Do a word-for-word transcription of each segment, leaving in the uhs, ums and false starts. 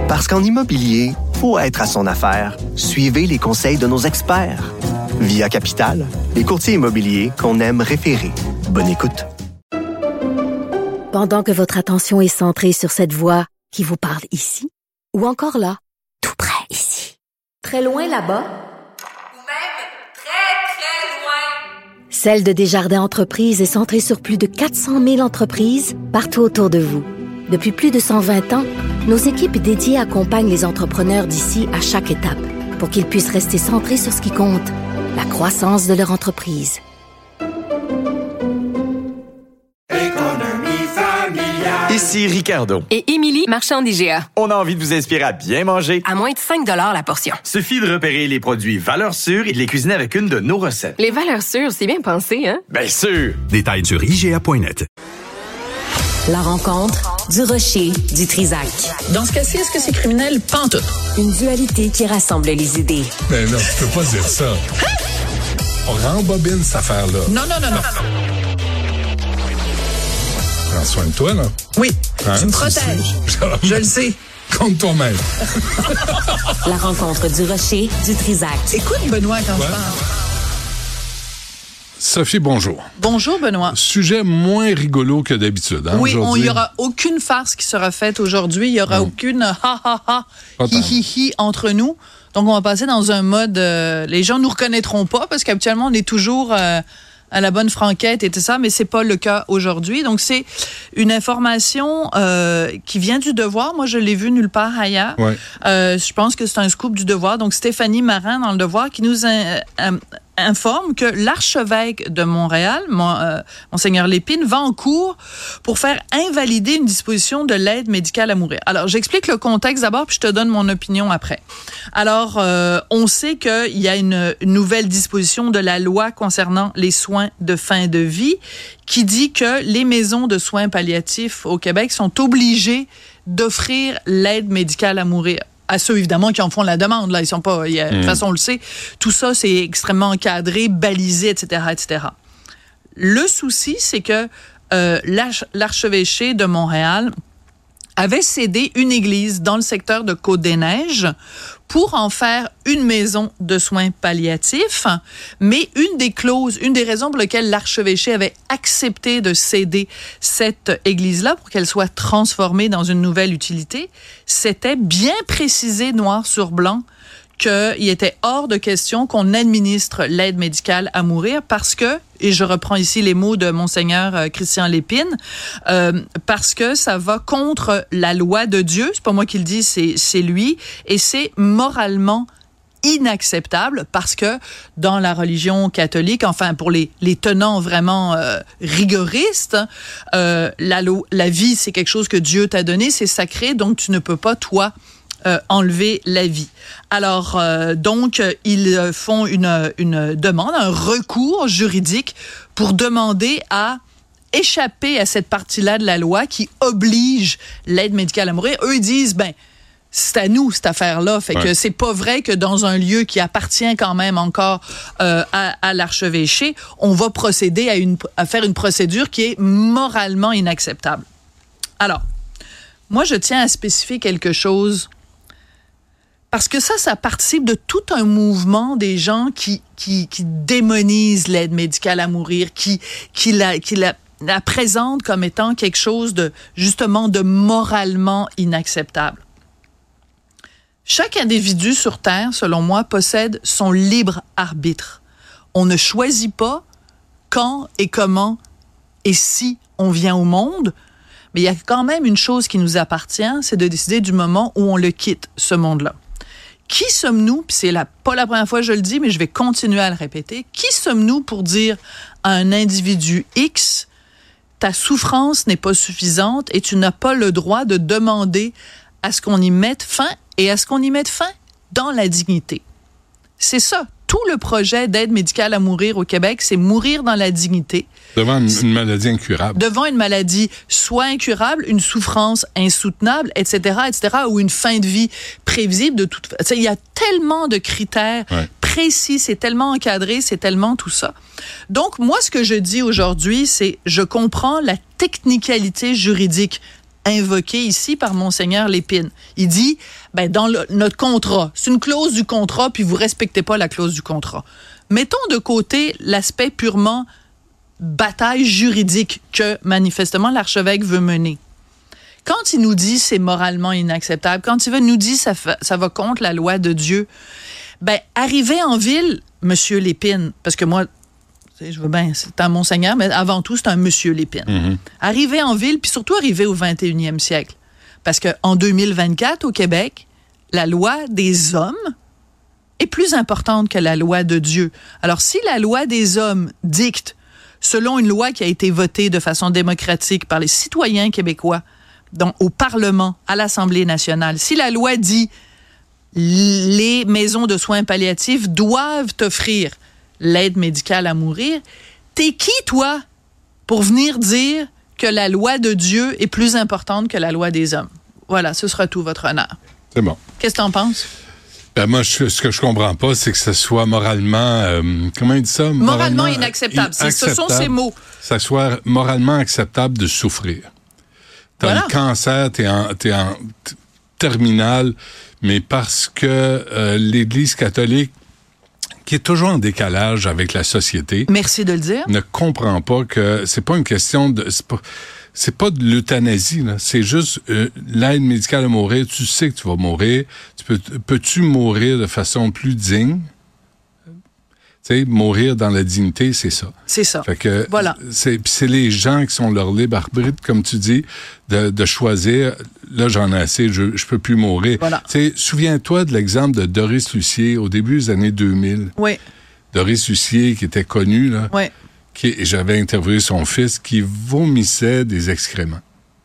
Parce qu'en immobilier, faut être à son affaire. Suivez les conseils de nos experts. Via Capital, les courtiers immobiliers qu'on aime référer. Bonne écoute. Pendant que votre attention est centrée sur cette voix qui vous parle ici, ou encore là, tout près ici, très loin là-bas, ou même très, très loin, Celle de Desjardins Entreprises est centrée sur plus de quatre cent mille entreprises partout autour de vous. Depuis plus de cent vingt ans, nos équipes dédiées accompagnent les entrepreneurs d'ici à chaque étape pour qu'ils puissent rester centrés sur ce qui compte, la croissance de leur entreprise. Ici Ricardo. Et Émilie, marchand d'I G A. On a envie de vous inspirer à bien manger. À moins de cinq dollars la portion. Suffit de repérer les produits valeurs sûres et de les cuisiner avec une de nos recettes. Les valeurs sûres, c'est bien pensé, hein? Bien sûr! Détails sur I G A point net. La rencontre du rocher du Trisac. Dans ce cas-ci, est-ce que c'est criminel? Pas en tout. Une dualité qui rassemble les idées. Mais non, tu peux pas dire ça. Hein? On rembobine cette affaire-là. Non, non, non, non. Prends soin de toi, là. Oui, hein? Tu me protèges. Je le sais. Compte toi-même. La rencontre du rocher du Trisac. Écoute, Benoît, quand ouais. je parle. Sophie, bonjour. Bonjour, Benoît. Sujet moins rigolo que d'habitude. Hein, oui, aujourd'hui. il n'y aura aucune farce qui sera faite aujourd'hui. Il n'y aura mmh. aucune ha-ha-ha, hi-hi-hi entre nous. Donc, on va passer dans un mode... Euh, les gens ne nous reconnaîtront pas parce qu'habituellement, on est toujours... Euh, à la bonne franquette et tout ça, mais c'est pas le cas aujourd'hui. Donc, c'est une information euh, qui vient du Devoir. Moi, je l'ai vu nulle part ailleurs. Ouais. Euh, je pense que c'est un scoop du Devoir. Donc, Stéphanie Marin, dans le Devoir, qui nous in, in, informe que l'archevêque de Montréal, mon, euh, Monseigneur Lépine, va en cours pour faire invalider une disposition de l'aide médicale à mourir. Alors, j'explique le contexte d'abord, puis je te donne mon opinion après. Alors, euh, on sait qu'il y a une, une nouvelle disposition de la loi concernant les soins de fin de vie qui dit que les maisons de soins palliatifs au Québec sont obligées d'offrir l'aide médicale à mourir. À ceux, évidemment, qui en font la demande. Là, ils sont pas... Y a, mmh. De toute façon, on le sait. Tout ça, c'est extrêmement encadré, balisé, et cetera, et cetera. Le souci, c'est que euh, l'arch- l'archevêché de Montréal avait cédé une église dans le secteur de Côte-des-Neiges pour en faire une maison de soins palliatifs. Mais une des clauses, une des raisons pour lesquelles l'archevêché avait accepté de céder cette église-là pour qu'elle soit transformée dans une nouvelle utilité, c'était bien précisé noir sur blanc qu'il était hors de question qu'on administre l'aide médicale à mourir parce que, et je reprends ici les mots de Monseigneur euh, Christian Lépine, euh, parce que ça va contre la loi de Dieu, c'est pas moi qui le dis, c'est, c'est lui, et c'est moralement inacceptable parce que dans la religion catholique, enfin pour les, les tenants vraiment euh, rigoristes, euh, la, la vie c'est quelque chose que Dieu t'a donné, c'est sacré, donc tu ne peux pas, toi, Euh, enlever la vie. Alors, euh, donc, ils font une, une demande, un recours juridique pour demander à échapper à cette partie-là de la loi qui oblige l'aide médicale à mourir. Eux, ils disent, ben, c'est à nous, cette affaire-là. Fait ouais. que c'est pas vrai que dans un lieu qui appartient quand même encore euh, à, à l'archevêché, on va procéder à, une, à faire une procédure qui est moralement inacceptable. Alors, moi, je tiens à spécifier quelque chose parce que ça, ça participe de tout un mouvement des gens qui, qui, qui démonisent l'aide médicale à mourir, qui, qui, la, qui la, la présentent comme étant quelque chose de, justement, de moralement inacceptable. Chaque individu sur Terre, selon moi, possède son libre arbitre. On ne choisit pas quand et comment et si on vient au monde, mais il y a quand même une chose qui nous appartient, c'est de décider du moment où on le quitte, ce monde-là. Qui sommes-nous, puis c'est la, pas la première fois que je le dis, mais je vais continuer à le répéter, qui sommes-nous pour dire à un individu X, ta souffrance n'est pas suffisante et tu n'as pas le droit de demander à ce qu'on y mette fin et à ce qu'on y mette fin dans la dignité. C'est ça. Tout le projet d'aide médicale à mourir au Québec, c'est mourir dans la dignité. Devant une, une maladie incurable. Devant une maladie soit incurable, une souffrance insoutenable, et cetera, et cetera, ou une fin de vie prévisible de toute façon. Il y a tellement de critères ouais. précis, c'est tellement encadré, c'est tellement tout ça. Donc, moi, ce que je dis aujourd'hui, c'est je comprends la technicalité juridique invoquée ici par Monseigneur Lépine. Il dit, ben, dans le, notre contrat, c'est une clause du contrat, puis vous respectez pas la clause du contrat. Mettons de côté l'aspect purement bataille juridique que, manifestement, l'archevêque veut mener. Quand il nous dit c'est moralement inacceptable, quand il veut nous dire ça, fa- ça va contre la loi de Dieu, ben, arriver en ville, Monsieur Lépine, parce que moi, je veux bien, c'est un Monseigneur, mais avant tout, c'est un Monsieur Lépine. Mm-hmm. Arriver en ville, puis surtout arriver au vingt et unième siècle. Parce qu'en deux mille vingt-quatre, au Québec, la loi des hommes est plus importante que la loi de Dieu. Alors, si la loi des hommes dicte, selon une loi qui a été votée de façon démocratique par les citoyens québécois, donc au Parlement, à l'Assemblée nationale, si la loi dit les maisons de soins palliatifs doivent offrir l'aide médicale à mourir, t'es qui, toi, pour venir dire que la loi de Dieu est plus importante que la loi des hommes? Voilà, ce sera tout, votre honneur. C'est bon. Qu'est-ce que t'en penses? Ben moi, je, ce que je comprends pas, c'est que ce soit moralement... Euh, comment il dit ça? Moralement, moralement in- inacceptable. C'est, ce sont ces mots. Ça soit moralement acceptable de souffrir. T'as voilà. le cancer, t'es en, t'es en t- terminale, mais parce que euh, l'Église catholique, qui est toujours en décalage avec la société... Merci de le dire. ...ne comprend pas que c'est pas une question de... C'est pas, c'est pas de l'euthanasie, là. C'est juste euh, l'aide médicale à mourir. Tu sais que tu vas mourir. Tu peux, peux-tu mourir de façon plus digne? Tu sais, mourir dans la dignité, c'est ça. C'est ça. Fait que voilà. C'est, c'est les gens qui sont leur libre arbitre, comme tu dis, de, de choisir. Là, j'en ai assez, je, je peux plus mourir. Voilà. Tu sais, souviens-toi de l'exemple de Doris Lucier au début des années deux mille. Oui. Doris Lucier, qui était connue, là. Oui. Qui, j'avais interviewé son fils, qui vomissait des excréments.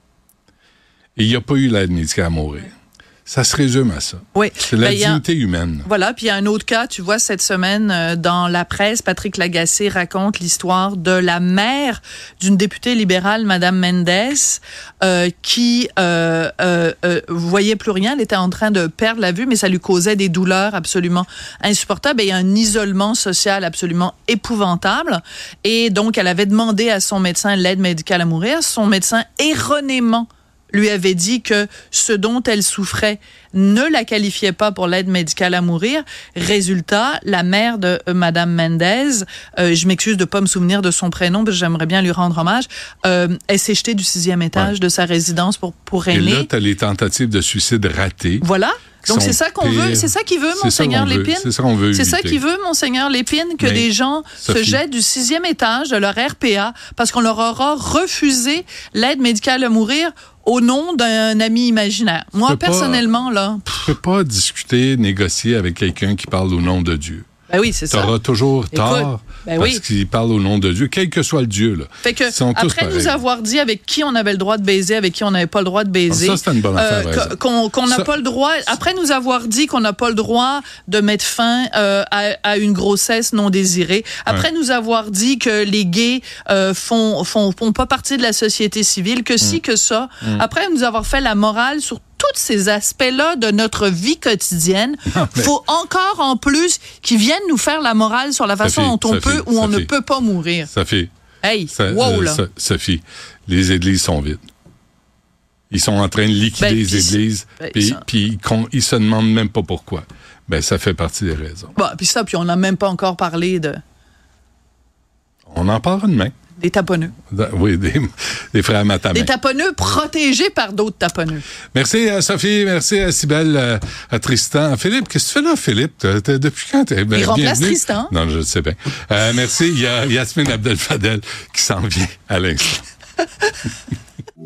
Et il n'y a pas eu l'aide médicale à mourir. Ça se résume à ça. Oui. C'est la ben, dignité a, humaine. Voilà. Puis il y a un autre cas, tu vois, cette semaine, euh, dans la presse, Patrick Lagacé raconte l'histoire de la mère d'une députée libérale, Madame Mendez, euh, qui euh, euh, euh, voyait plus rien. Elle était en train de perdre la vue, mais ça lui causait des douleurs absolument insupportables et un isolement social absolument épouvantable. Et donc, elle avait demandé à son médecin l'aide médicale à mourir. Son médecin, erronément, lui avait dit que ce dont elle souffrait ne la qualifiait pas pour l'aide médicale à mourir. Résultat, la mère de euh, Madame Mendez, euh, je m'excuse de pas me souvenir de son prénom, parce que j'aimerais bien lui rendre hommage, euh, elle s'est jetée du sixième étage ouais. de sa résidence pour, pour aînés. Et là, t'as les tentatives de suicide ratées. Voilà. Donc c'est ça qu'on pire. veut, c'est ça qu'il veut, Monseigneur Lépine. C'est ça qu'on veut. C'est ça qu'il veut, Monseigneur Lépine, que Mais, des gens Sophie. se jettent du sixième étage de leur R P A parce qu'on leur aura refusé l'aide médicale à mourir au nom d'un ami imaginaire. Moi, personnellement, pas, là... Tu peux pas discuter, négocier avec quelqu'un qui parle au nom de Dieu. Ben oui, c'est ça. T'auras toujours tort ben parce oui. qu'il parle au nom de Dieu, quel que soit le Dieu. Là. Fait que, après nous avoir dit avec qui on avait le droit de baiser, avec qui on n'avait pas le droit de baiser... Ça, c'était une bonne affaire. Euh, qu'on qu'on n'a pas le droit... Après nous avoir dit qu'on n'a pas le droit de mettre fin euh, à, à une grossesse non désirée, après ouais. nous avoir dit que les gays euh, font, font, font pas partie de la société civile, que si, mmh. que ça, mmh. après nous avoir fait la morale sur tous ces aspects-là de notre vie quotidienne, il mais... faut encore en plus qu'ils viennent nous faire la morale sur la façon Sophie, dont on Sophie, peut ou on Sophie. ne peut pas mourir. Sophie. Hey, ça, wow, là. Euh, Sophie, les églises sont vides. Ils sont en train de liquider ben, les églises, puis ben, ils, ils se demandent même pas pourquoi. Ben, ça fait partie des raisons. Bon, puis ça, puis on n'a même pas encore parlé de... On en parlera demain. Des taponneux. Oui, des, des frères Matamin. Des taponneux protégés par d'autres taponneux. Merci à Sophie, merci à Cybèle, à, à Tristan. Philippe, qu'est-ce que tu fais là, Philippe? T'es, t'es, depuis quand t'es ben, Il remplace Tristan. Non, je le sais bien. Euh, merci, il y a Yasmine Abdel-Fadel qui s'en vient à l'instant.